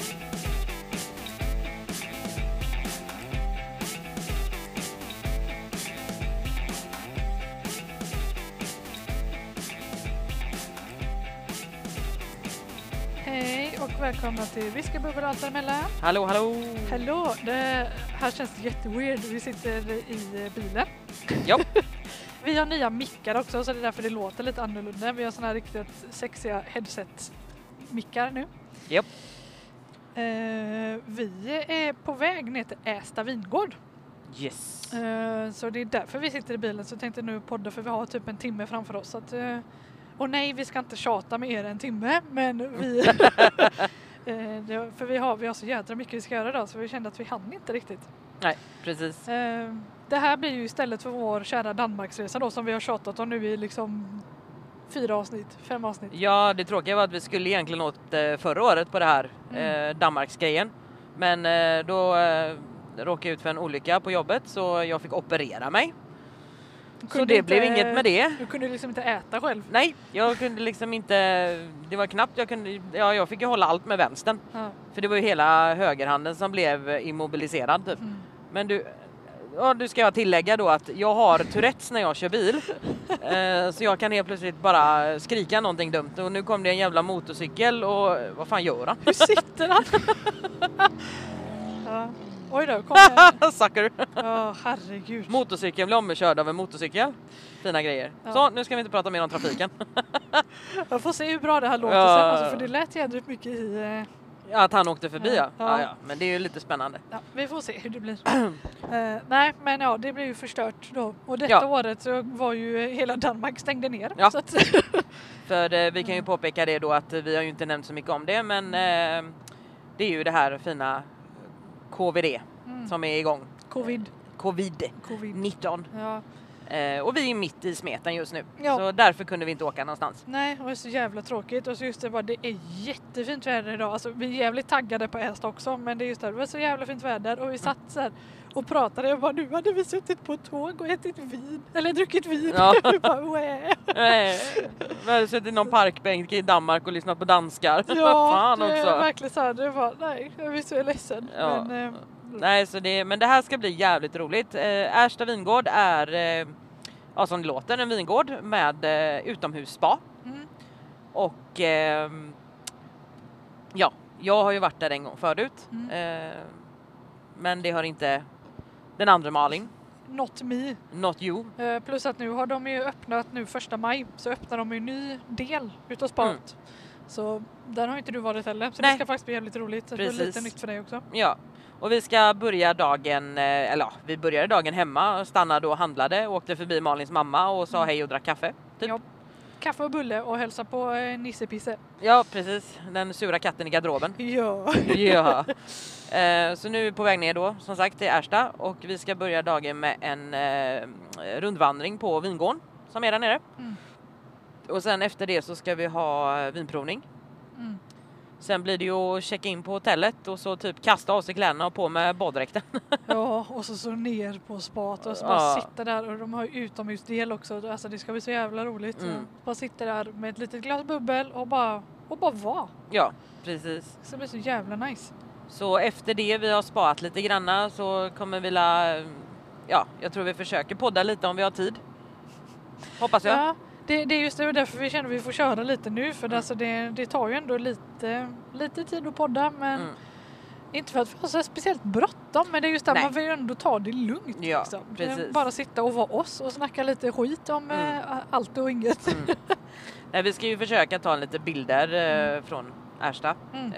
Hej och välkomna till Whiskybubbel och allt däremellan. Hallå, hallå! Hallå, det här känns jätteweird. Vi sitter i bilen. Ja. Vi har nya mickar också, så det är därför det låter lite annorlunda. Vi har såna här riktigt sexiga headset-mickar nu. Japp. Vi är på väg ner till Ästa vingård. Yes. Så det är därför vi sitter i bilen. Så jag tänkte nu podda, för vi har typ en timme framför oss. Så att, och nej, vi ska inte tjata med er en timme, men vi... för vi har så jädra mycket vi ska göra idag, så vi kände att vi hann inte riktigt. Nej, precis. Det här blir ju istället för vår kära Danmarksresa då, som vi har tjatat om nu i liksom 5 avsnitt. Ja, det tråkiga var att vi skulle egentligen åt förra året på det här Danmarksgrejen. Men då råkade jag ut för en olycka på jobbet, så jag fick operera mig. Så det blev inget med det. Du kunde liksom inte äta själv? Nej, jag kunde liksom inte, det var knappt jag fick ju hålla allt med vänstern. Ja. För det var ju hela högerhanden som blev immobiliserad typ. Men du ska jag tillägga då att jag har Tourettes när jag kör bil. Så jag kan helt plötsligt bara skrika någonting dumt. Och nu kom det en jävla motorcykel och vad fan gör han? Hur sitter han? Ja. Oj då, kom Sucker. Ja, herregud. Motorcykeln blev omkörd av en motorcykel. Fina grejer. Ja. Så, nu ska vi inte prata mer om trafiken. Jag får se hur bra det här låter sen, alltså, för det lät jädrigt mycket i... Ja, att han åkte förbi, ja. Ja. Ja. Men det är ju lite spännande. Ja, vi får se hur det blir. Nej, men ja, det blir ju förstört då. Och detta året så var ju hela Danmark stängde ner. Ja. Så att För vi kan ju påpeka det då att vi har ju inte nämnt så mycket om det, men det är ju det här fina KVD som är igång. Covid-19. Ja. Och vi är mitt i smeten just nu. Ja. Så därför kunde vi inte åka någonstans. Nej, det var så jävla tråkigt. Och så just det är jättefint väder idag. Alltså, vi är jävligt taggade på Ästa också, men det är just det var så jävla fint väder. Och vi satt så här och pratade och bara, nu hade vi suttit på ett tåg och ätit vin. Eller druckit vin. Ja. Vi hade suttit i någon parkbänk i Danmark och lyssnat på danskar. Ja, Fan det också. är verkligen så här. Det var, nej, jag är så ledsen. Ja. Men, nej, men det här ska bli jävligt roligt. Ästa vingård är, som det låter, en vingård med utomhusspa. Och jag har ju varit där en gång förut. Men det har inte den andra Malin. Not me. Not you. Plus att nu har de ju öppnat nu 1 maj, så öppnar de ju en ny del utav spat. Så där har inte du varit heller. Så Nej. det ska faktiskt bli jävligt roligt. Det blir lite nytt för dig också. Ja. Och vi ska börja dagen, vi började dagen hemma, stannade och handlade, åkte förbi Malins mamma och sa hej och drack kaffe. Typ. Ja. Kaffe och bulle och hälsa på Nissepisse. Ja, precis. Den sura katten i garderoben. Ja. Ja. Så nu är vi på väg ner då, som sagt, till Ersta. Och vi ska börja dagen med en rundvandring på vingården som är där nere. Och sen efter det så ska vi ha vinprovning. Sen blir det ju att checka in på hotellet och så typ kasta av sig kläderna och på med baddräkten. Ja, och så ner på spat och så bara sitta där, och de har ju utomhusdel också. Alltså det ska bli så jävla roligt. Bara sitta där med ett litet glas bubbel och bara vara. Ja, precis. Det ska bli så jävla nice. Så efter det vi har sparat lite granna så kommer vi jag tror vi försöker podda lite om vi har tid. Hoppas jag. Ja. Det är just det, därför vi känner att vi får köra lite nu. För alltså det tar ju ändå lite tid att podda. Men inte för att vi har så speciellt bråttom. Men det är just där man vill ändå ta det lugnt. Ja, liksom. precis. Bara sitta och vara oss och snacka lite skit om allt och inget. Nej, vi ska ju försöka ta lite bilder från Ersta.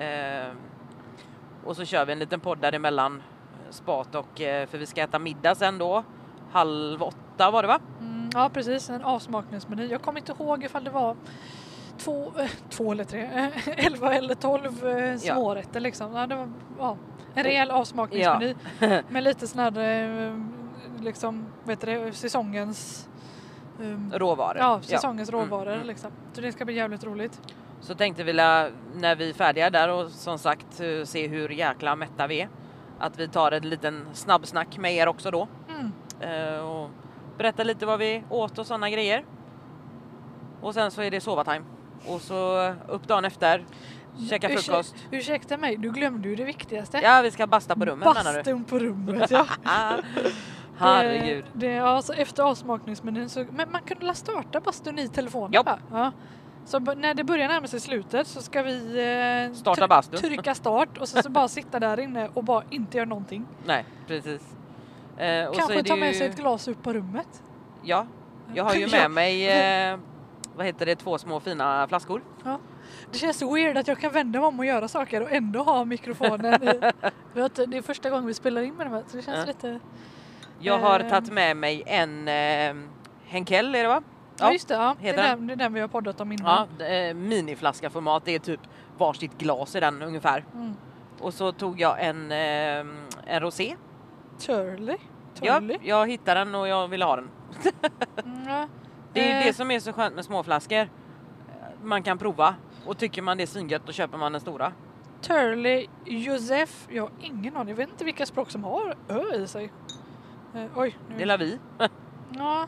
Och så kör vi en liten podd däremellan spat och för vi ska äta middag sen då. 7:30 var det, va? Ja, precis. En avsmakningsmeny. Jag kommer inte ihåg ifall det var 2 eller 3, 11 eller 12 smårätter liksom. Ja, det var en rejäl avsmakningsmeny. Med lite sån här liksom, säsongens råvaror. Ja, säsongens råvaror liksom. Så det ska bli jävligt roligt. Så tänkte vi när vi är färdiga där och som sagt se hur jäkla mätta vi är. Att vi tar en liten snabbsnack med er också då. Och berätta lite vad vi åt och sådana grejer. Och sen så är det sovatime. Och så upp dagen efter. Käka frukost. Ursäkta mig, du glömde ju det viktigaste. Ja, vi ska basta på rummet, menar du? Bastun på rummet, ja. Herregud. Alltså efter avsmakningsmenyn så... Men man kunde starta bastun i telefonen. Ja. Så när det börjar närma sig slutet så ska vi starta bastun. Trycka start och så bara sitta där inne och bara inte göra någonting. Nej, precis. Och kanske så ta med sig ett glas upp på rummet. Ja, jag har ju med mig vad heter det, 2 små fina flaskor. Ja. Det känns så weird att jag kan vända mig om och göra saker och ändå ha mikrofonen. Det är första gången vi spelar in med det, så det känns lite... Jag har tagit med mig en Henkel, är det va? Ja, just det. Ja. Det är den vi har poddat om innan. Ja, miniflaska format. Det är typ varsitt glas i den ungefär. Och så tog jag en rosé. Turley? Ja, jag hittade den och jag ville ha den. Det är det som är så skönt med småflaskor. Man kan prova. Och tycker man det är svingött, då köper man den stora. Turley, Josef. Jag har ingen aning. Jag vet inte vilka språk som har ö i sig. Oj. Nu. Det är vi. Ja.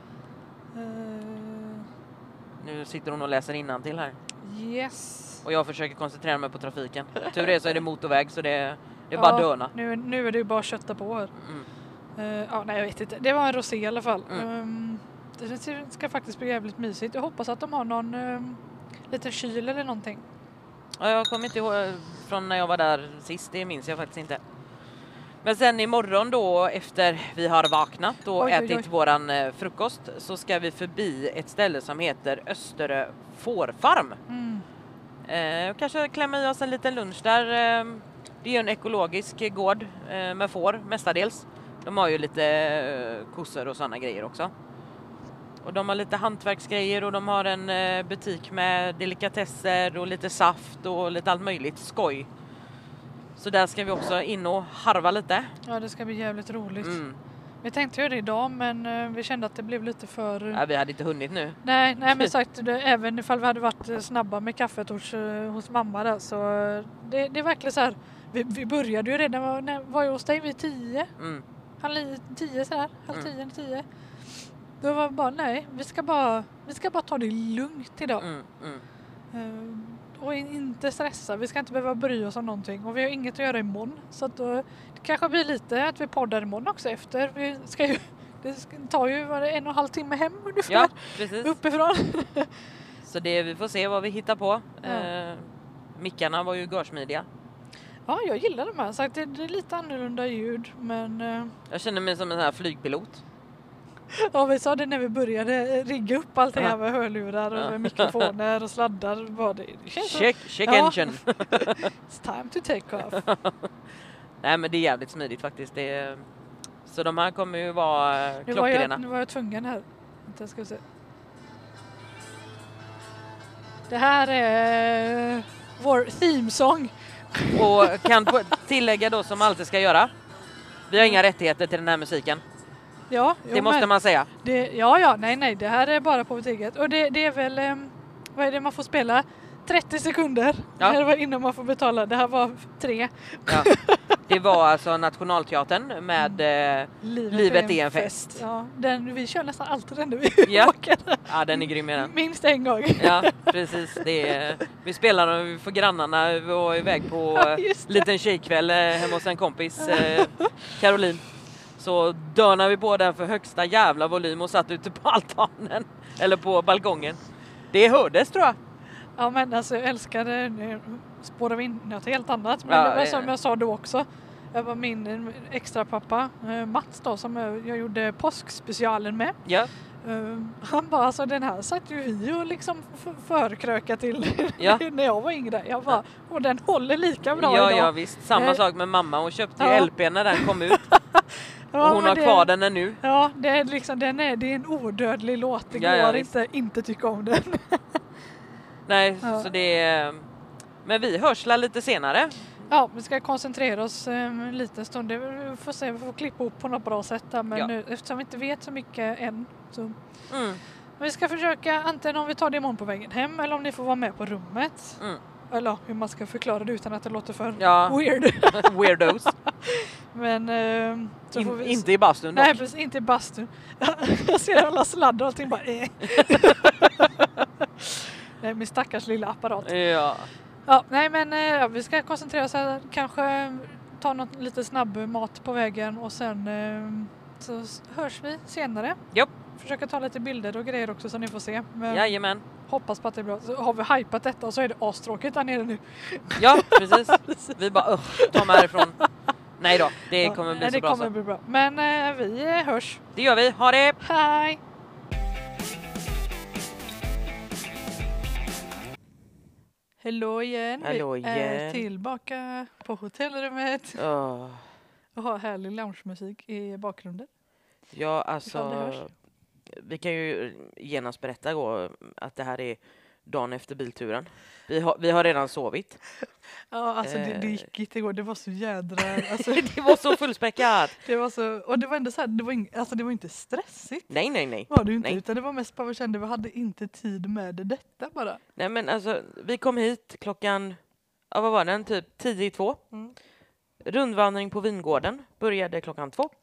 Nu sitter hon och läser innantill här. Yes. Och jag försöker koncentrera mig på trafiken. Tur är så är det motorväg, så det är bara döna. Nu är det ju bara att kötta på här. Nej, jag vet inte. Det var en rosé i alla fall. Det ska faktiskt bli jävligt mysigt. Jag hoppas att de har någon liten kyl eller någonting. Ja, jag kommer inte ihåg från när jag var där sist. Det minns jag faktiskt inte. Men sen imorgon då, efter vi har vaknat och ätit våran frukost, så ska vi förbi ett ställe som heter Österö fårfarm. Kanske klämma i oss en liten lunch där. Det är en ekologisk gård med får mestadels. De har ju lite kossor och sådana grejer också. Och de har lite hantverksgrejer och de har en butik med delikatesser och lite saft och lite allt möjligt skoj. Så där ska vi också in och harva lite. Ja, det ska bli jävligt roligt. Vi tänkte göra det idag, men vi kände att det blev lite för... Ja, vi hade inte hunnit nu. Nej men sagt, även ifall vi hade varit snabba med kaffet hos mamma där, så det är verkligen så här. Vi började ju redan, var jag hos dig vid 10? 10 sådär, halv 10. Då var det bara, nej, vi ska bara ta det lugnt idag. Och inte stressa, vi ska inte behöva bry oss om någonting. Och vi har inget att göra imorgon. Så att då, det kanske blir lite att vi poddar imorgon också efter. Det tar ju 1,5 timme hem ungefär. Ja, precis. Uppifrån. Så vi får se vad vi hittar på. Mickarna var ju görsmidiga. Ja, jag gillar de här. Så det är lite annorlunda ljud, men... Jag känner mig som en sån här flygpilot. Ja, vi sa det när vi började rigga upp allting här med hörlurar och mikrofoner och sladdar. Det känns check engine. It's time to take off. Nej, men det är jävligt smidigt faktiskt. Så de här kommer ju vara klockrena. Nu var jag tvungen här. Jag ska se. Det här är vår themesång. Och kan tillägga då, som alltid ska göra. Vi har inga rättigheter till den här musiken. Ja, det måste man säga. Nej, det här är bara på eget. Och det är väl, vad är det man får spela? 30 sekunder. Ja. Det var innan man får betala. Det här var 3. Ja. Det var alltså Nationalteatern med Livet är en fest. Ja, vi kör nästan alltid den vi åker. Ja, den är grym med den. Minst en gång. Ja, precis. Vi spelar för grannarna. Vi var iväg på liten tjejkväll hemma hos en kompis, Caroline. Så dörnade vi på den för högsta jävla volym och satt ute på altanen. Eller på balkongen. Det hördes, tror jag. Ja, men alltså jag älskar det. Spårar vi in något helt annat. Men det var som jag sa då också. Jag var min extra pappa Mats då, som jag gjorde påskspecialen med. Ja. Han bara, alltså den här satt ju vi och liksom förkröka till när jag var yngre. Jag bara, och den håller lika bra idag. Ja, visst. Samma sak med mamma. Hon köpte ju LP när den kom ut. Och hon har kvar den nu. Ja, det är liksom, det är en odödlig låt. Det går inte tycka om den. Nej, så det är... Men vi hörslar lite senare. Ja, vi ska koncentrera oss en liten stund. Vi får se, vi får klippa upp på något bra sätt där. Men nu, eftersom vi inte vet så mycket än. Så. Vi ska försöka, antingen om vi tar det imorgon på vägen hem eller om ni får vara med på rummet. Eller hur man ska förklara det utan att det låter för weird. Weirdos. Men så får vi... Inte i bastun dock. Nej, precis, inte i bastun. Jag ser alla sladdar och allting bara Nej, min stackars lilla apparat. Ja. Ja, nej men vi ska koncentrera oss här. Kanske ta något lite snabb mat på vägen och sen så hörs vi senare. Japp. Försöka ta lite bilder och grejer också så ni får se. Men Jajamän. hoppas på att det är bra. Så har vi hypat detta och så är det astråkigt där nere nu. Ja, precis. Vi bara ta mig härifrån. Nej då, det kommer bli så det bra. Kommer bli bra. Men vi hörs. Det gör vi. Ha det! Hej! Hallå igen. Hallå Vi är igen. tillbaka på hotellrummet och har härlig loungemusik i bakgrunden. Ja, Ifall det alltså hörs. vi kan ju genast berätta då att det här är dagen efter bilturen. Vi har redan sovit. Ja, alltså det gick inte igår. Det var så jädra... Alltså, Det var så fullspäckat. det var så... Och det var ändå så här, det var inte stressigt. Nej. Var det ju inte, Nej. utan det var mest bara vi kände vi hade inte tid med detta bara. Nej, men alltså vi kom hit klockan, vad var den? Typ 10:02. Mm. Rundvandring på vingården började klockan 2.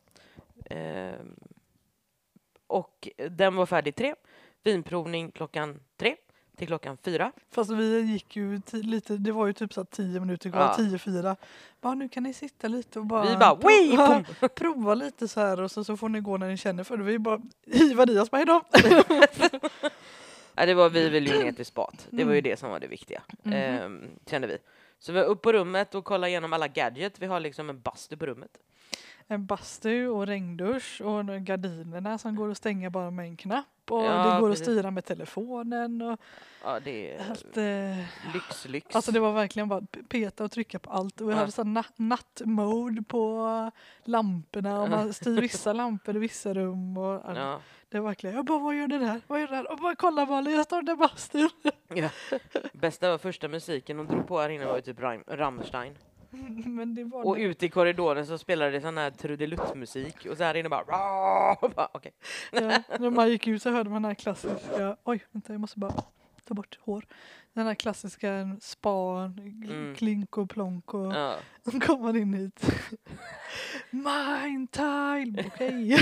Och den var färdig 3. Vinprovning klockan 3 till klockan 4. Fast vi gick ju lite, det var ju typ så 10 minuter kvar, 10-4. Bara nu kan ni sitta lite och bara... Vi bara, prova lite så här och så får ni gå när ni känner för det. Vi bara hivade i oss, bara hejdå. Ja, vi ville ju ner till spat. Det var ju det som var det viktiga, kände vi. Så vi var upp på rummet och kollade igenom alla gadgets. Vi har liksom en bastu på rummet. En bastu och regndusch och gardinerna som går att stänga bara med en knapp. Och Ja, det går precis. att styra med telefonen. Och Ja, det är allt, lyx. Alltså det var verkligen bara peta och trycka på allt. Och vi hade sån nattmode på lamporna. Och man styr vissa lampor i vissa rum. Och Ja. det var verkligen, jag bara, vad gör det där? Vad gör det där? Och bara kolla Malin, jag står där i bastun. Ja. Bästa var första musiken de drog på här inne var ju typ Rammstein. Men det var Och ut i korridoren så spelade det sån här trudeluttmusik. Och så här inne bara... Okej. Ja, när man gick ut så hörde man den här klassiska... Oj, vänta, jag måste bara ta bort hår. Den här klassiska klink och plonk och Ja. så kom man in hit. Mine time, okej.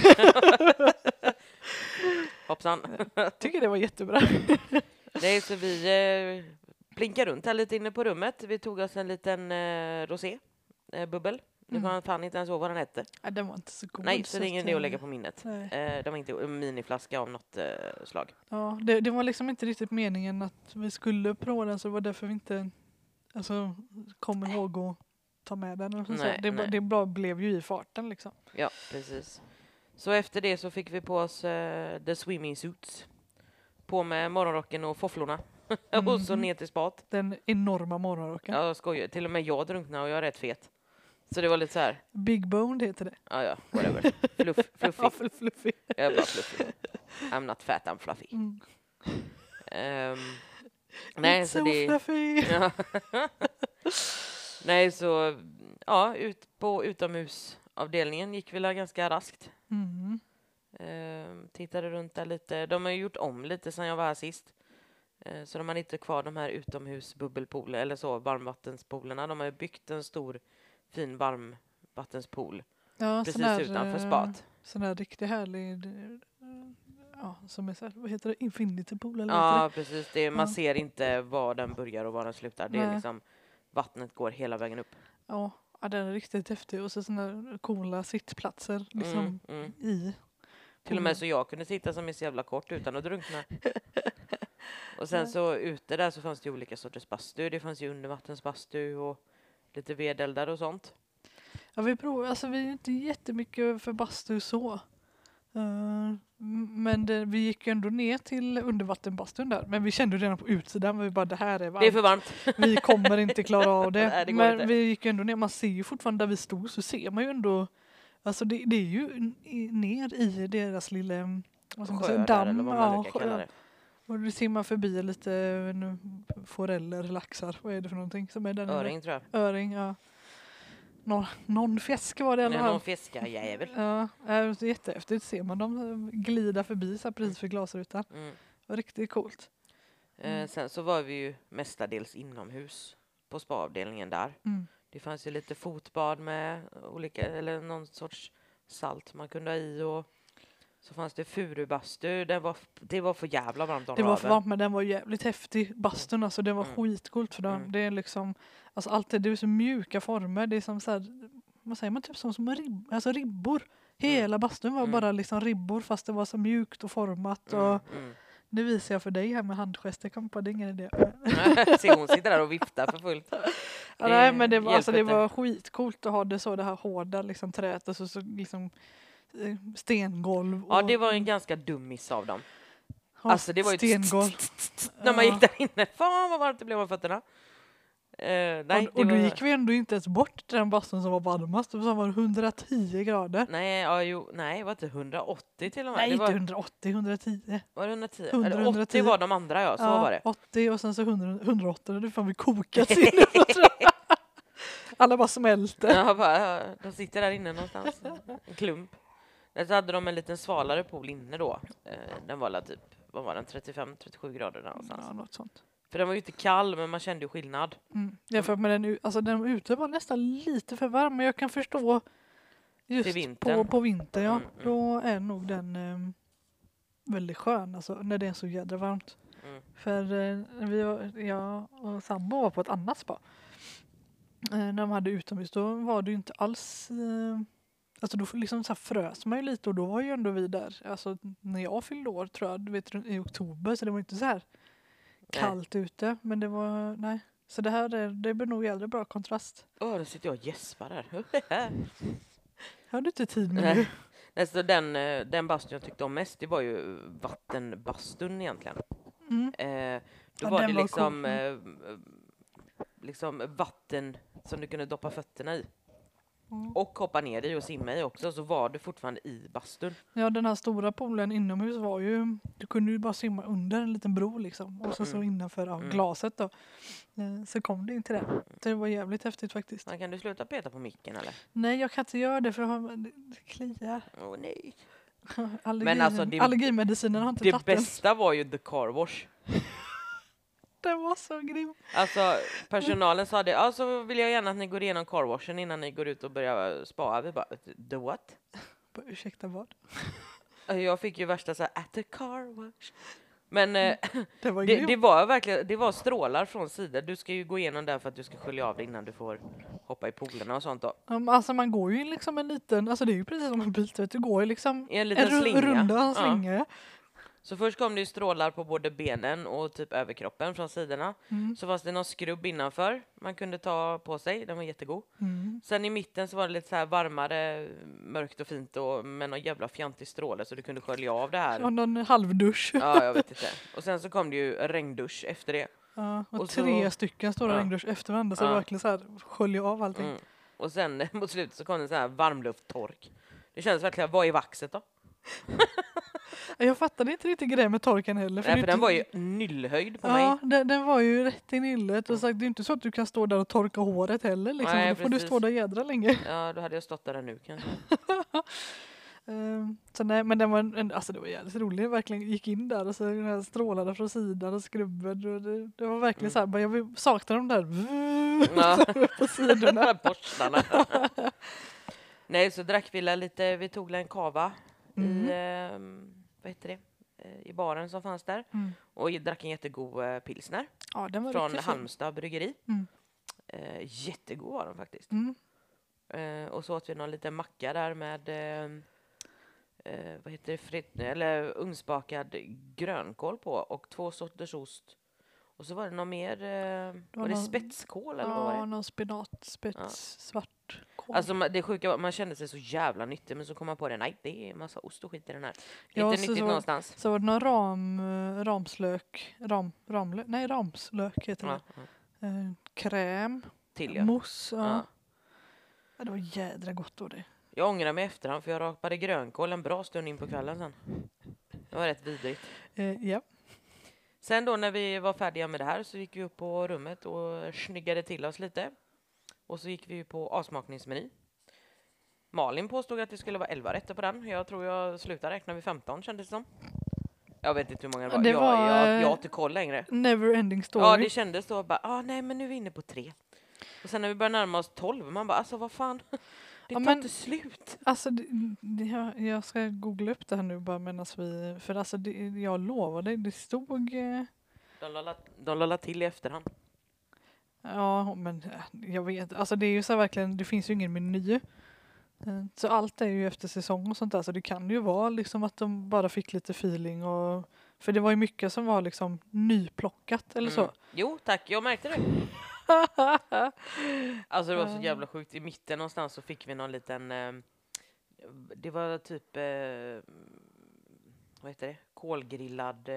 Hoppsan. Jag tycker det var jättebra. Nej, så vi plinkade runt här lite inne på rummet. Vi tog oss en liten rosé, bubbel. Det var fan inte ens så vad den hette. Ja, den var inte så god. Nej, så det är ingen idé att lägga på minnet. Nej. Det var inte en miniflaska av något slag. Ja, det var liksom inte riktigt meningen att vi skulle prova den, så det var därför vi inte kom ihåg att ta med den. Och så. Nej, nej. Det bara blev ju i farten liksom. Ja, precis. Så efter det så fick vi på oss the swimming suits. På med morgonrocken och fofflorna. Och så ner till spat. Den enorma morgonrocken. Ja, skojar. Till och med jag drunknade och jag är rätt fet. Så det var lite så här. Big boned heter det. Ja, whatever. Fluffy. Fluffy. Jag är bara fluffy. I'm not fat, I'm fluffy. Nej, It's så so det... fluffy. Ja. Nej, så... Ja, ut på utomhusavdelningen gick vi ganska raskt. Tittade runt där lite. De har ju gjort om lite sedan jag var här sist. Så de har inte kvar de här utomhusbubbelpooler eller så, varmvattenspolerna. De har ju byggt en stor, fin varmvattenspool. Ja, precis utanför spat. Sån här riktigt härlig... Ja, som är så här, vad heter det? Infinity pool eller Ja, precis. Man Ja. ser inte var den börjar och var den slutar. Det är Nej. liksom, vattnet går hela vägen upp. Ja, den är riktigt häftig. Och så såna coola sittplatser liksom i. Till och med så jag kunde sitta som är så jävla kort utan att drunkna. Och sen så ute där så fanns det ju olika sorters bastu. Det fanns ju undervattensbastu och lite vedeldar och sånt. Ja, vi provar, alltså vi är inte jättemycket för bastu så. Men vi gick ju ändå ner till undervattenbastun där. Men vi kände redan på utsidan, vi bara, det här är varmt. Det är för varmt. Vi kommer inte klara av det. Nej, det går Men inte. vi gick ju ändå ner, man ser ju fortfarande där vi stod, så ser man ju ändå, alltså det är ju ner i deras lilla, vad ska man säga, Sjö där, eller vad man ja, brukar kalla det. och du ser man förbi lite foreller, laxar, vad är det för någonting som är där nere? Öring tror jag. Öring, ja. Någon fisk var det i alla fall. Någon fiskarjävel. Ja, det är jättehäftigt. Ser man dem glida förbi så här precis för glasrutan. Det var riktigt coolt. Sen så var vi ju mestadels inomhus på spaavdelningen där. Det fanns ju lite fotbad med olika, eller någon sorts salt man kunde ha i och Så fanns det Furubastu. Det var för jävla varmt. Det var för varmt, men den var jävligt häftig. Bastun, alltså det var skitcoolt för dem. Det är liksom, alltså alltid, det är så mjuka former. Det är som så här, vad säger man, typ som ribbor. Hela bastun var bara liksom ribbor, fast det var så mjukt och format. Och det visar jag för dig här med handgester. Kom på, det är ingen idé. Se, hon sitter där och viftar för fullt. Nej, men det var skitcoolt att ha det så, det här hårda liksom träet och så liksom stengolv. Ja, det var en ganska dum miss av dem. Ja, alltså det var ju stengolv. När man gick där inne, fan vad varmt det blev av fötterna. Nej, och då gick vi ändå inte ens bort till den bastun som var varmast. Det var 110 grader. Nej, nej, det var inte 180 till och med. Nej, det var, inte 180, 110. Var det 110? 110. 80 var de andra, ja. Så var det. 80 och sen så 180. Det fan vi kokat in. Alla bara smälter. Ja, de sitter där inne någonstans. En klump. Där hade de en liten svalare pool inne då. Den var typ, vad var den, 35-37 grader där någonstans. Ja, något sånt. För den var ju inte kall, men man kände ju skillnad. Jämfört med den ute var nästan lite för varm, men jag kan förstå just på vintern, ja. Då är nog den väldigt skön, alltså, när det är så jädra varmt. För jag och sambo var på ett annat spa. När de hade utomhus, då var det ju inte alls... Alltså då liksom så här frös man ju lite, och då var ju ändå vi där. Alltså när jag fyllde år, tror jag, i oktober, så det var inte så här kallt ute. Men det var, nej. Så det blir nog jävligt bra kontrast. Då sitter jag och gäspar där. Har du inte tid med det? Nej, så den bastun jag tyckte om mest, det var ju vattenbastun egentligen. Då var det liksom vatten som du kunde doppa fötterna i. Och hoppa ner i och simma i också, så var du fortfarande i bastun. Ja, den här stora poolen inomhus var ju, du kunde ju bara simma under en liten bro liksom. Och så innanför glaset då. Så kom det in till det. Så det var jävligt häftigt faktiskt. Men kan du sluta peta på micken eller? Nej, jag kan inte göra det för det kliar. Åh nej. Men alltså, allergimedicinen har inte tagit det bästa var ju the car wash. Den var så grym. Alltså personalen sa det, så vill jag gärna att ni går igenom carwashen innan ni går ut och börjar spa. Vi bara, the what? Ursäkta vad? Jag fick ju värsta så här, at the car wash. Men det var verkligen, det var strålar från sidan. Du ska ju gå igenom där för att du ska skölja av dig innan du får hoppa i poolerna och sånt då. Alltså man går ju liksom en liten, alltså det är ju precis som en bil, du går ju liksom en liten runda slinga. Ja. Så först kom det ju strålar på både benen och typ överkroppen från sidorna. Så fanns det någon skrubb innanför man kunde ta på sig. Den var jättegod. Sen i mitten så var det lite så här varmare, mörkt och fint med någon jävla fjantig stråle så du kunde skölja av det här. Och någon halvdusch. Ja, jag vet inte. Och sen så kom det ju regndusch efter det. Ja, och 3 stycken stora regndusch efter varandra så det verkligen så här skölja av allting. Och sen mot slutet så kom det så här varmlufttork. Det kändes verkligen, vad är vaxet då? Jag fattade inte riktigt grejen med torken heller. För den var ju nyllhöjd på mig. Ja, den var ju rätt i nyllet. Och sagt, det är inte så att du kan stå där och torka håret heller. Liksom. Nej, då får du stå där jädra länge. Ja, då hade jag stått där nu kanske. Så nej, men den var, alltså det var jävligt roligt. Jag verkligen gick in där och så den här strålade från sidan och skrubben. Och det var verkligen så här, jag saknade de där på sidorna. Borstarna. Nej, så drack vi lite, vi tog en kava i, vad heter det? I baren som fanns där. Och drack en jättegod pilsner. Ja, den var från Halmstad bryggeri. Jättegod var den faktiskt. Och så åt vi någon liten macka där med vad heter det, eller ugnsbakad grönkål på och 2 sorters ost. Och så var det någon mer, var det spetskål eller vad var det? Ja, någon spets, svart kål. Alltså det sjuka, man kände sig så jävla nyttig, men så kom man på det, nej det är en massa ost och skit i den här. Ja, inte nyttigt någonstans. Så var det någon ramslök heter det. Kräm, till mousse, ja, det var jädra gott då det. Jag ångrar mig efterhand för jag rapade grönkål en bra stund in på kvällen sen. Det var rätt vidrigt. Ja. Sen då när vi var färdiga med det här så gick vi upp på rummet och snyggade till oss lite. Och så gick vi på avsmakningsmeny. Malin påstod att det skulle vara 11 rätter på den. Jag tror jag slutade räkna vid 15 kändes det som. Jag vet inte hur många det var. Jag har inte koll längre. Never ending story. Ja, det kändes då bara, nej men nu är vi inne på 3. Och sen när vi började närma oss 12, man bara, alltså vad fan. Det tar inte slut. Alltså, jag ska googla upp det här nu bara medan vi... För alltså, jag lovar dig, det stod... De la till i efterhand. Ja, men jag vet. Alltså det är ju så här verkligen, det finns ju ingen meny. Så allt är ju efter säsong och sånt där. Så det kan ju vara liksom att de bara fick lite feeling. För det var ju mycket som var liksom nyplockat eller så. Jo, tack. Jag märkte det. Alltså det var så jävla sjukt. I mitten någonstans så fick vi någon liten... det var typ... vad heter det? Kolgrillad...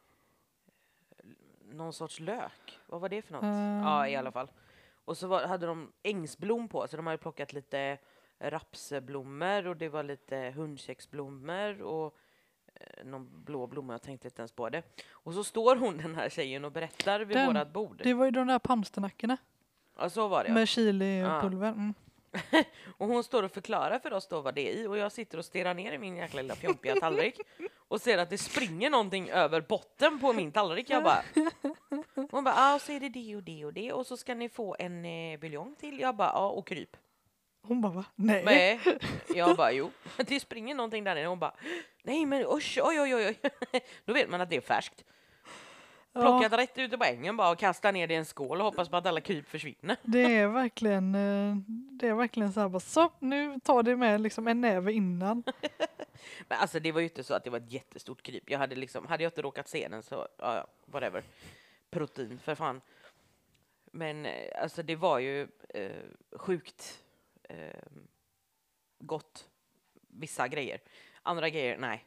någon sorts lök. Vad var det för något? Ja, i alla fall. Och så hade de ängsblom på. Så de hade plockat lite rapsblommor. Och det var lite hundkäcksblommor. Och någon blå blomma. Jag tänkte inte ens på det. Och så står hon, den här tjejen, och berättar vid vårat bord. Det var ju de där palmsternackorna. Ja, så var det. Med chilipulver. Mm. Och hon står och förklarar för oss då vad det är i. Och jag sitter och stirrar ner i min jäkla lilla fjompiga tallrik. Och ser att det springer någonting över botten på min tallrik. Jag bara... Hon bara, så är det det och det och det. Och så ska ni få en buljong till. Jag bara, och kryp. Hon bara, va? Nej. Jag bara, jo. Det springer någonting där nere. Hon bara, nej men oj. Då vet man att det är färskt. Plockat rätt ute på ängen bara och kasta ner det i en skål och hoppas på att alla kryp försvinner. Det är verkligen så här bara, så nu tar det med liksom en näve innan. Men alltså det var ju inte så att det var ett jättestort kryp. Hade jag inte råkat se den så, ja, whatever. Protein, för fan. Men alltså det var ju sjukt gott. Vissa grejer. Andra grejer, nej.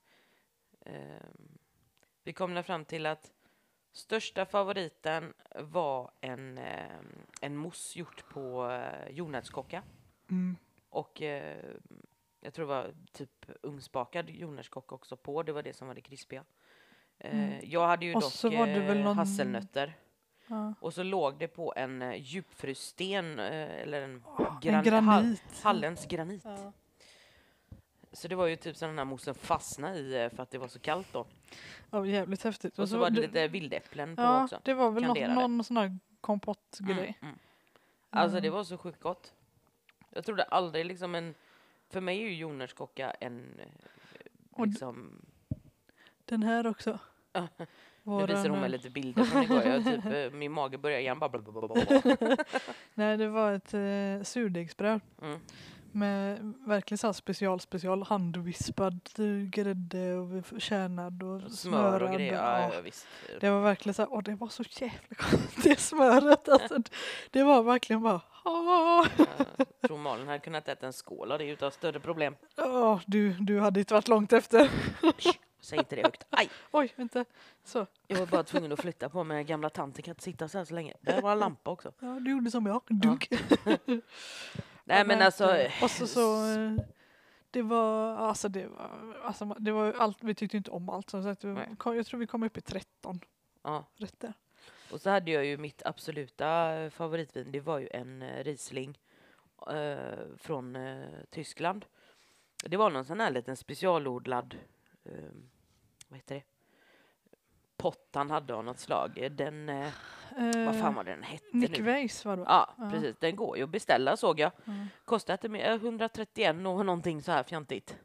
Vi kom fram till att största favoriten var en mousse gjort på jordnötskocka. Och jag tror det var typ ugnsbakad jordnötskocka också på. Det var det som var det krispiga. Jag hade ju och dock så var det väl hasselnötter. Ja. Och så låg det på en djupfrysten eller en granit. Hallens granit. Ja. Så det var ju typ så den här mossen fastnade i för att det var så kallt då. Ja, jävligt häftigt. Och så var det lite vildäpplen på också. Det var väl någon sån här kompottgrej. Alltså det var så sjukt gott. Jag trodde aldrig liksom för mig är ju jordnötskocka en liksom... Den här också. Nu visar hon mig lite bilder från igår. Typ, min mage börjar igen. Nej, det var ett surdegsbröd. Med verkligen så här special handvispad grädde och kärnad och smör och grejer. Ja, visst. Det var verkligen så här, det var så jävla gott det smöret. Alltså, det var verkligen bara... Jag tror Malin hade kunnat äta en skål och det utan större problem. Du hade inte varit långt efter. Säg inte det högt. Aj! Oj, vänta. Så. Jag var bara tvungen att flytta på mig. Gamla tanten kan inte sitta så här så länge. Det var en lampa också. Ja, du gjorde som jag. Dunk. Ja. Nej, men alltså... Och så det var allt, vi tyckte inte om allt. Så jag tror vi kom upp i 13 rätter. Och så hade jag ju mitt absoluta favoritvin. Det var ju en Riesling från Tyskland. Det var någon sån här liten specialodlad vad heter det? Pott han hade av något slag. Den vad fan var den hette nu? Nick Weiss var det. Ja, precis. Den går ju att beställa såg jag. Kostade 131 och någonting så här fjantigt.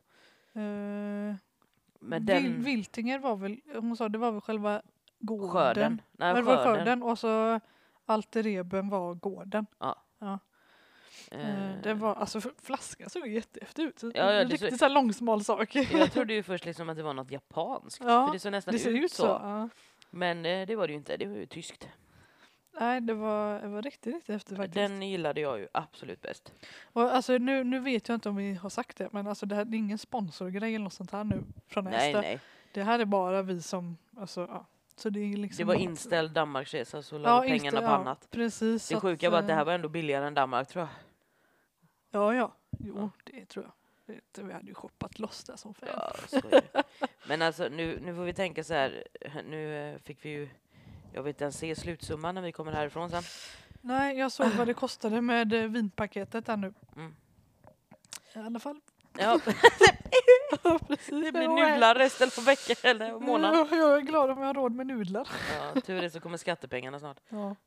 Men Wiltinger var väl, hon sa det var väl själva gården. Skörden. Nej, det var skörden och så Altereben var gården. Ja. Det var, alltså flaskan såg jättehäftigt ut. Ja, riktigt så här långsmal sak. Jag trodde ju först liksom att det var något japanskt. Ja, för det såg nästan ut så. Ja. Men det var det ju inte. Det var ju tyskt. Nej, det var riktigt häftigt faktiskt. Den gillade jag ju absolut bäst. Och alltså nu vet jag inte om vi har sagt det, men alltså det här är ingen sponsorgrej eller något sånt här nu från Esta. Nej. Det här är bara vi som, alltså så det är liksom... Det var inställd Danmarksresa så la pengarna på annat. Precis. Det sjuka var att det här var ändå billigare än Danmark tror jag. Ja. Jo, det tror jag. Vi hade ju shoppat loss där som fan. Ja, så är det. Men alltså nu får vi tänka så här. Nu fick vi ju... Jag vet inte ens se slutsumman när vi kommer härifrån sen. Nej, jag såg vad det kostade med vinpaketet här nu. I alla fall. Ja, precis. Det blir nudlar resten av veckan eller månaden. Jag är glad om jag har råd med nudlar. Ja, tur är så kommer skattepengarna snart. Ja.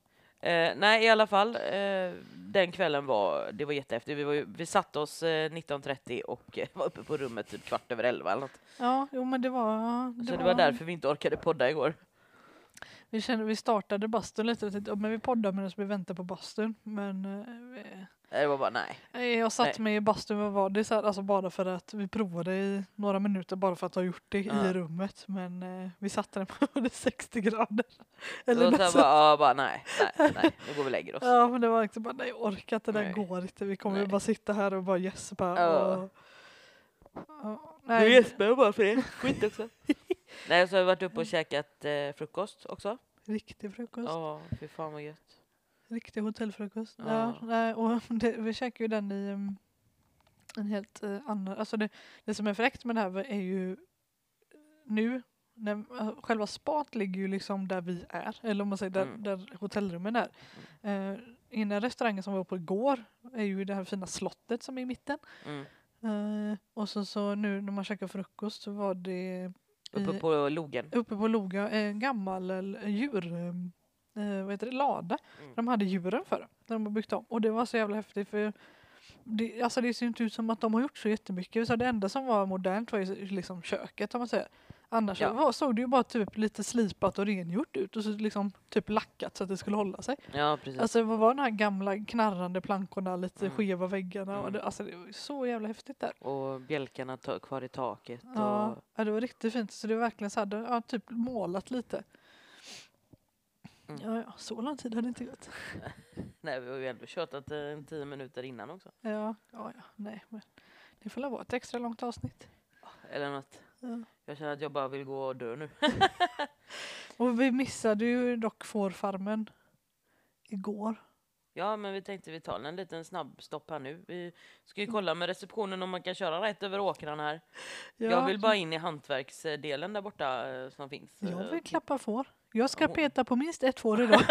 Nej, i alla fall. Den kvällen det var jättehäftigt. Vi satte oss 19:30 och var uppe på rummet typ 11:15 eller något. Ja, jo men det var... Så det var därför vi inte orkade podda igår. Vi startade bastun lite och tänkte, men vi poddar medan vi väntar på bastun. Men Det var bara nej. jag satt mig i bastun, vad var det så här, alltså bara för att vi provade i några minuter bara för att ha gjort det i rummet. Men vi satte den på 60 grader. Eller och så bara nej, nu går vi och lägger oss. Ja, men det var inte bara, nej jag orkar inte, det där går inte. Vi kommer bara sitta här och bara gäspa. Nej. Du gäspar bara för det. Skit också. Nej, så har vi varit uppe och käkat frukost också. Riktig frukost. Ja, fy fan vad gött. Riktig hotellfrukost. Ja, nej, och vi käkade ju den i en helt annan... Alltså det som är fräckt med det här är ju nu, när, själva spat ligger ju liksom där vi är. Eller om man säger där hotellrummen är. Innan restaurangen som vi var på igår är ju det här fina slottet som är i mitten. Och så nu när man käkar frukost så var det... Uppe på logen. Uppe på Loga, en gammal lada. De hade djuren för när de har byggt om. Och det var så jävla häftigt för det ser inte ut som att de har gjort så jättemycket. Så det enda som var modernt var ju liksom köket om man säger. Annars såg det ju bara typ lite slipat och rengjort ut och så liksom typ lackat så att det skulle hålla sig. Ja, precis. Alltså vad var de här gamla knarrande plankorna, lite skeva väggarna och det var så jävla häftigt där. Och bjälkarna kvar i taket. Ja, det var riktigt fint. Så det var verkligen så här, typ målat lite. Ja, så lång tid hade det inte gått. Nej, vi har ju ändå tjötat 10 minuter innan också. Ja, nej, men det får vara ett extra långt avsnitt. Eller något. Ja. Jag känner att jag bara vill gå och dö nu. Och vi missade ju dock fårfarmen igår. Ja, men vi tänkte vi tar en liten snabb stopp här nu. Vi ska ju kolla med receptionen om man kan köra rätt över åkrarna här. Ja. Jag vill bara in i hantverksdelen där borta som finns. Jag vill klappa får. Jag ska peta på minst ett får idag.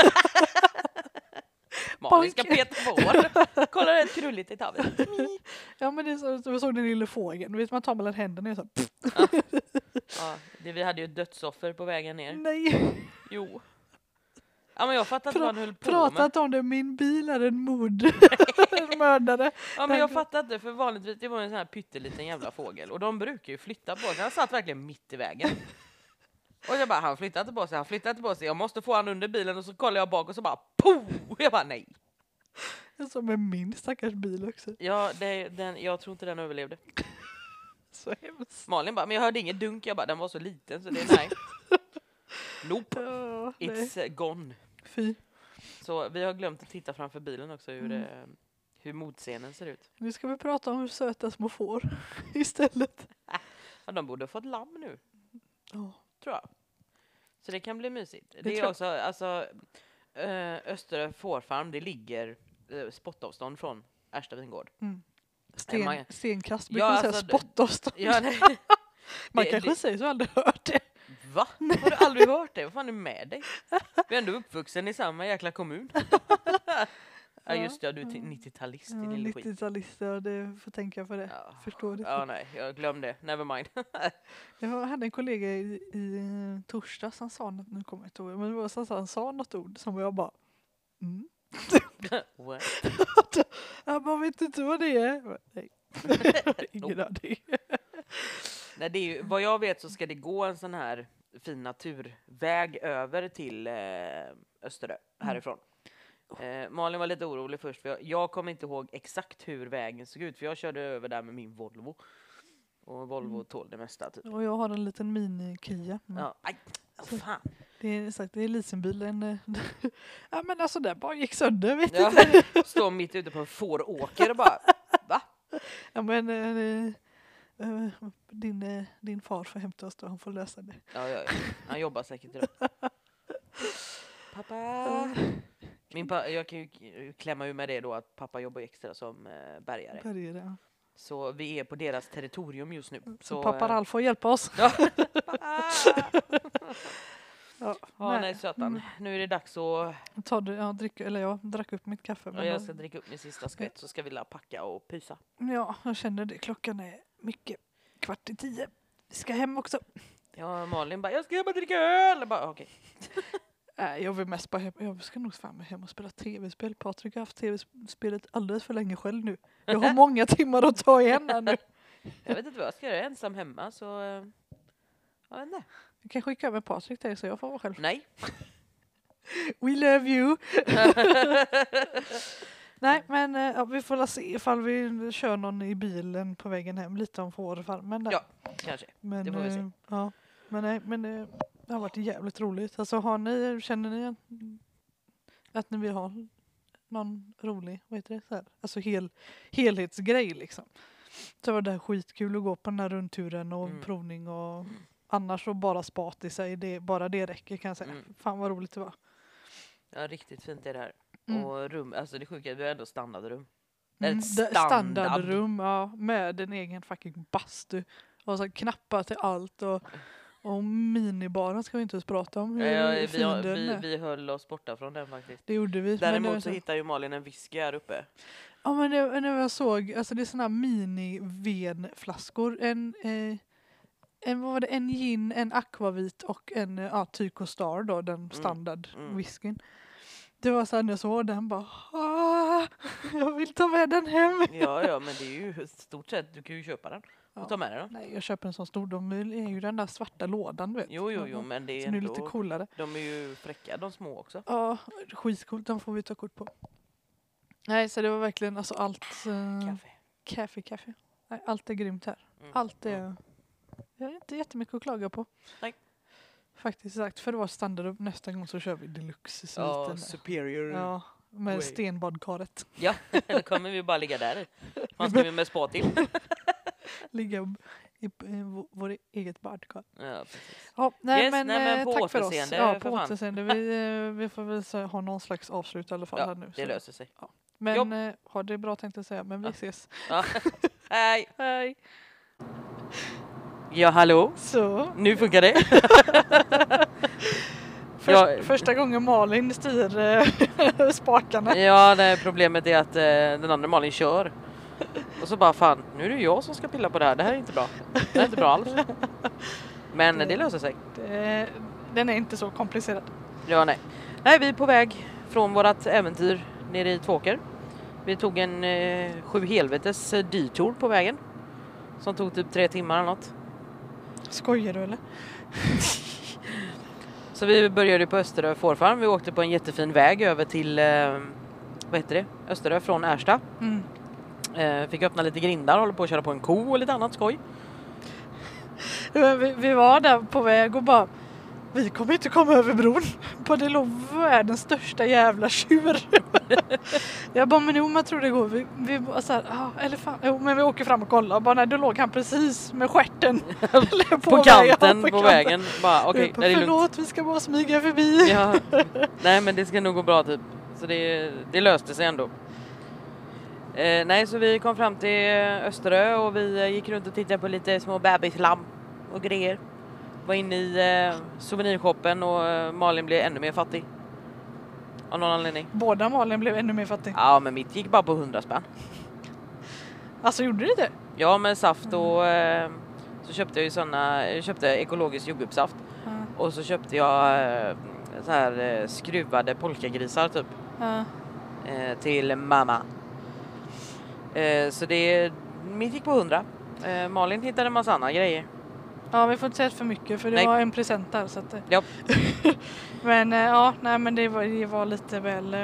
Malin ska peta får. Kolla det är krulligt i tavet. Ja, men det är så, jag såg den lilla fågeln. Vet man tar mellan händerna och så. Ja, vi hade ju ett dödsoffer på vägen ner. Nej. Jo. Ja, men jag fattar inte vad han höll på pratat med. Om det, min bil är en mördare. Ja, men jag fattar inte, för vanligtvis det var en sån här pytteliten jävla fågel. Och de brukar ju flytta på sig. Han satt verkligen mitt i vägen. Och jag bara, han flyttade på sig. Jag måste få han under bilen och så kollar jag bak och så bara, poh! Jag bara, nej. Som är min stackars bil också. Ja, jag tror inte den överlevde. Så hemskt. Malin bara, men jag hörde inget dunk. Jag bara, den var så liten så det är nej. Nope. It's gone. Fy. Så vi har glömt att titta framför bilen också hur motscenen ser ut. Nu ska vi prata om hur söta små får istället. Ja, de borde ha fått lamm nu. Tror jag. Så det kan bli mysigt. Det är också, alltså Östra fårfarm, det ligger spottavstånd från Ersta vingård. Stenkast brukar man säga, spottavstånd. Ja, man kanske säger så, jag har aldrig hört det. Va? Har du aldrig hört det? Vad fan är med dig? Vi är ändå uppvuxen i samma jäkla kommun. Ja, just det, du är 90-talist i din 90-talist, ja, det får tänka på det. Ja. Förstår det. Ja, nej, jag glömde det. Never mind. Jag hade en kollega i torsdags som sa något, nu kommer jag inte ihåg, men det var så han sa något ord som jag bara What? Man vet inte vad det är. Nej. Ingen aning. Nej, det är ju, vad jag vet så ska det gå en sån här fin naturväg över till Österö härifrån. Malin var lite orolig först för jag kommer inte ihåg exakt hur vägen såg ut för jag körde över där med min Volvo. Och Volvo tål det mesta typ. Och jag har en liten mini-Kia. Ja, aj, fan. Det är leasingbilen. Ja, men alltså det bara gick sönder, vet du. Står mitt ute på en fåråker och bara, va? Ja, men din far får hämta oss då, han får lösa det. Ja. Han jobbar säkert idag. Pappa. Jag kan ju klämma ur med det då att pappa jobbar extra som bärgare. Ja. Så vi är på deras territorium just nu. Så pappa Ralf får hjälpa oss. Nej, sötan. Nu är det dags att... Jag drack upp mitt kaffe. Men jag ska dricka upp min sista skvätt så ska vi packa och pysa. Ja, jag känner det. Klockan är mycket 9:15. Vi ska hem också. Ja, Malin bara, jag ska bara dricka öl. Bara, okej. Jag vill mest bara hem. Jag ska nog fan med hem och spela tv-spel. Patrik har haft tv-spelet alldeles för länge själv nu. Jag har många timmar att ta igen här nu. Jag vet inte vad jag ska göra, jag är ensam hemma så... Jag vet inte. Jag kan skicka över Patrik till så jag får vara själv. Nej. We love you! Nej, men vi får se ifall vi kör någon i bilen på vägen hem lite om fårfarmen där. Ja, kanske. Men, det får vi se. Ja, men det har varit jävligt roligt. Alltså känner ni att ni vill ha någon rolig, vad heter det? Så här, alltså helhetsgrej liksom. Så var det skitkul att gå på den här rundturen och provning och annars så bara spat i sig. Bara det räcker kan jag säga. Fan vad roligt det var. Ja, riktigt fint är det här. Och rum, alltså det sjuka är vi har ändå standardrum. Standardrum, ja, med en egen fucking bastu. Och så knappar till allt och minibaren ska vi inte ens prata om. Vi höll oss borta från den faktiskt. Det gjorde vi. Däremot så hittade ju Malin en whisky här uppe. Ja, men när jag såg, alltså det är såna här mini-venflaskor. Vad var det? En gin, en aquavit och en Tycho Star då, den standard whiskyn. Det var så här när jag såg den bara, jag vill ta med den hem. Ja, men det är ju stort sett, du kan ju köpa den och ta med den. Nej, jag köper en sån stor, de är ju den där svarta lådan, du vet. Jo, men det är ändå, ändå lite coolare. De är ju fräcka, de små också. Ja, skitcoolt, de får vi ta kort på. Nej, så det var verkligen alltså allt... Kaffe. Nej, allt är grymt här. Allt är... Jag har inte jättemycket att klaga på. Nej. Faktiskt sagt, för det var standard nästa gång så kör vi deluxe-sviten. Ja, superior. Ja, med stenbadkaret. Ja, då kommer vi bara ligga där. Man ska vi med spa till. Ligga i vår eget badkar. Ja, precis. Ja, men på tack för oss. återseende. Ja, på återseende. Vi får väl ha någon slags avslut i alla fall här nu. Det löser sig. Ja. Men ha det bra tänkte jag säga, men vi ses. Ja. Hej! Hej! Ja, hallå. Så. Nu funkar det. Första gången Malin styr spakarna. Ja, det problemet är att den andra Malin kör. Och så bara, fan, nu är det jag som ska pilla på det här. Det här är inte bra. Det är inte bra alls. Men det löser sig. Den är inte så komplicerad. Ja, nej. Nej, vi är på väg från vårat äventyr nere i Tvååker. Vi tog en 7 helvetes detour på vägen. Som tog typ 3 timmar eller något. Skojar du eller? Så vi började på Österö fårfarm. Vi åkte på en jättefin väg över till vad heter det? Österö från Ärsta. Fick öppna lite grindar, håller på att köra på en ko och lite annat skoj. Vi var där på väg och bara, vi kommer inte komma över bron. På det låg världens största jävla tjur. Jag bara, men jo, man tror det går. Vi bara så här, eller fan. Jo, men vi åker fram och kollar. Bara, nej, då låg han precis med stjärten på kanten på vägen. Bara, okay, det är förlåt, lugnt. vi ska bara smyga förbi. Ja. Nej, men det ska nog gå bra typ. Så det löste sig ändå. Nej, så vi kom fram till Österö och vi gick runt och tittade på lite små bebislamm och grejer. Var inne i souvenirshoppen och Malin blev ännu mer fattig. Av någon anledning. Båda Malin blev ännu mer fattig. Ja, men mitt gick bara på 100 spänn. Alltså, gjorde det? Ja, med saft och så köpte jag ju jag köpte ekologisk jordgubbssaft. Och så köpte jag så här skruvade polkagrisar typ. Till mamma. Så mitt gick på 100. Malin hittade en massa andra grejer. Ja, vi får inte säga för mycket för det var en present där. Så att, ja. Men men det var lite väl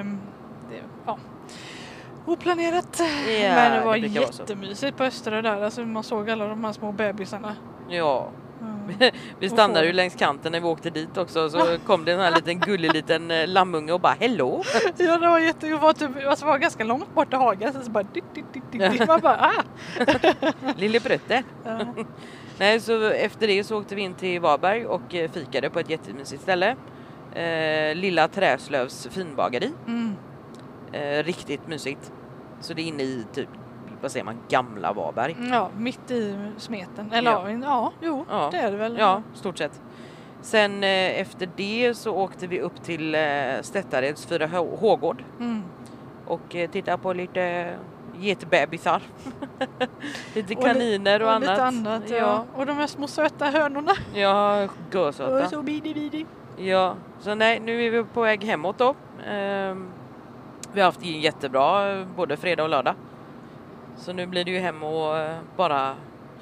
oplanerat. Ja, men det var jättemysigt på Österö där. Alltså, man såg alla de här små bebisarna. Ja. Vi stannade ju längs kanten när vi åkte dit också. Så kom det en här liten gullig liten lammunge och bara, hello. Ja, det var det var ganska långt bort i hagen. Så bara, man bara, Lille Brötte. Ja. Nej, så efter det så åkte vi in till Varberg och fikade på ett jättemysigt ställe. Lilla Träslövs finbageri. Riktigt mysigt. Så det är inne i typ, vad säger man, gamla Varberg. Ja, mitt i smeten. Eller det är det väl. Ja, stort sett. Sen efter det så åkte vi upp till Stättareds 4 Hågård. Och tittade på lite getbebisar. Lite kaniner och annat. Lite annat, ja. Och de här små söta hönorna. Ja, görsöta. Så bidi. Ja, så nej, nu är vi på väg hemåt då. Vi har haft jättebra både fredag och lördag. Så nu blir det ju hem och bara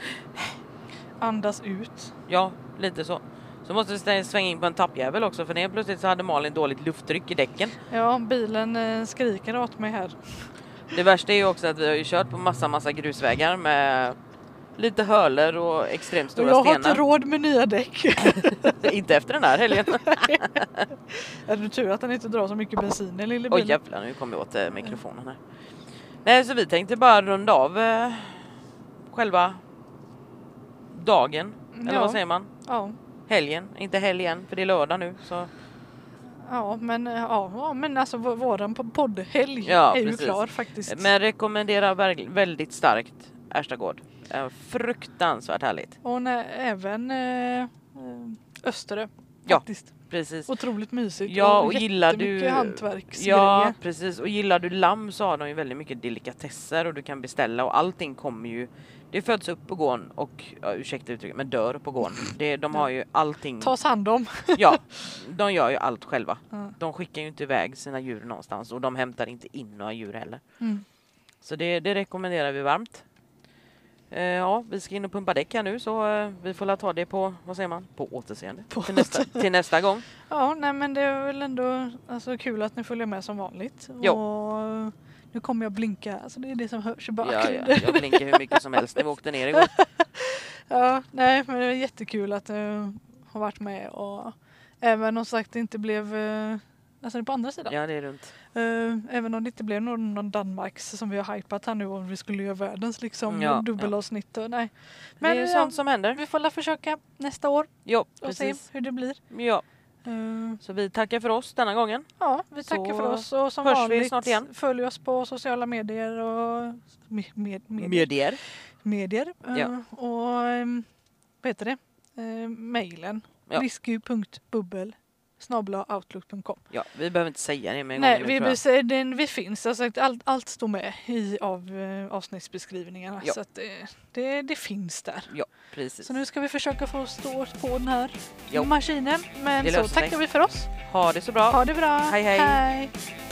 andas ut. Ja, lite så. Så måste vi svänga in på en tappjävel också, för det plötsligt så hade Malin dåligt lufttryck i däcken. Ja, bilen skriker åt mig här. Det värsta är ju också att vi har ju kört på massa grusvägar med lite hörler och extremt stora stenar. Jag har inte råd med nya däck. Inte efter den här helgen. Är det tur att den inte drar så mycket bensin i lilla bilen? Oj jävlar, nu kommer jag åt mikrofonen här. Nej, så vi tänkte bara runda av själva dagen. Eller vad säger man? Ja. Helgen, inte helgen för det är lördag nu. Så. Ja, men alltså våran poddhelg är ju precis. klar faktiskt. Men rekommenderar väldigt starkt Erstagård. Fruktansvärt härligt. Och även Österö faktiskt. Precis. Otroligt mysigt. Ja, och gillar du hantverksgrejer. Ja, precis. Och gillar du lamm så har de ju väldigt mycket delikatesser och du kan beställa och allting kommer ju. Det föds upp på gården och ursäkta uttrycket, men dör på gården. De har ju allting. Tas hand om. Ja, de gör ju allt själva. De skickar ju inte iväg sina djur någonstans och de hämtar inte in några djur heller. Så det rekommenderar vi varmt. Ja, vi ska in och pumpa däck här nu så vi får ta det på, vad säger man, på återseende till nästa gång. Ja, nej men det är väl ändå alltså, kul att ni följer med som vanligt. Jo. Och nu kommer jag blinka, alltså det är det som hörs i bakgrunden. Ja, jag blinkar hur mycket som helst när vi åkte ner igår. Ja, nej men det är jättekul att du har varit med och även om sagt det inte blev alltså det är på andra sidan. Ja, det är runt. Även om det inte blev någon Danmarks som vi har hypat här nu och vi skulle göra världens liksom dubbelavsnitt. Nej. Men det är sånt som händer. Vi får försöka nästa år och se hur det blir. Ja. Så vi tackar för oss denna gången. Ja, vi tackar för oss och som hörs vanligt vi snart igen. Följ oss på sociala medier och medier. Ja. Och vad heter det? Mailen whisky.bubbel@outlook.com. Ja, vi behöver inte säga det med en Nej, gång. vi finns. Alltså, allt står med i avsnittsbeskrivningarna. Ja. Så att det finns där. Ja, precis. Så nu ska vi försöka få stå på den här Jo. maskinen. Men så tackar vi för oss. Ha det så bra. Ha det bra. Hej, hej. Hej.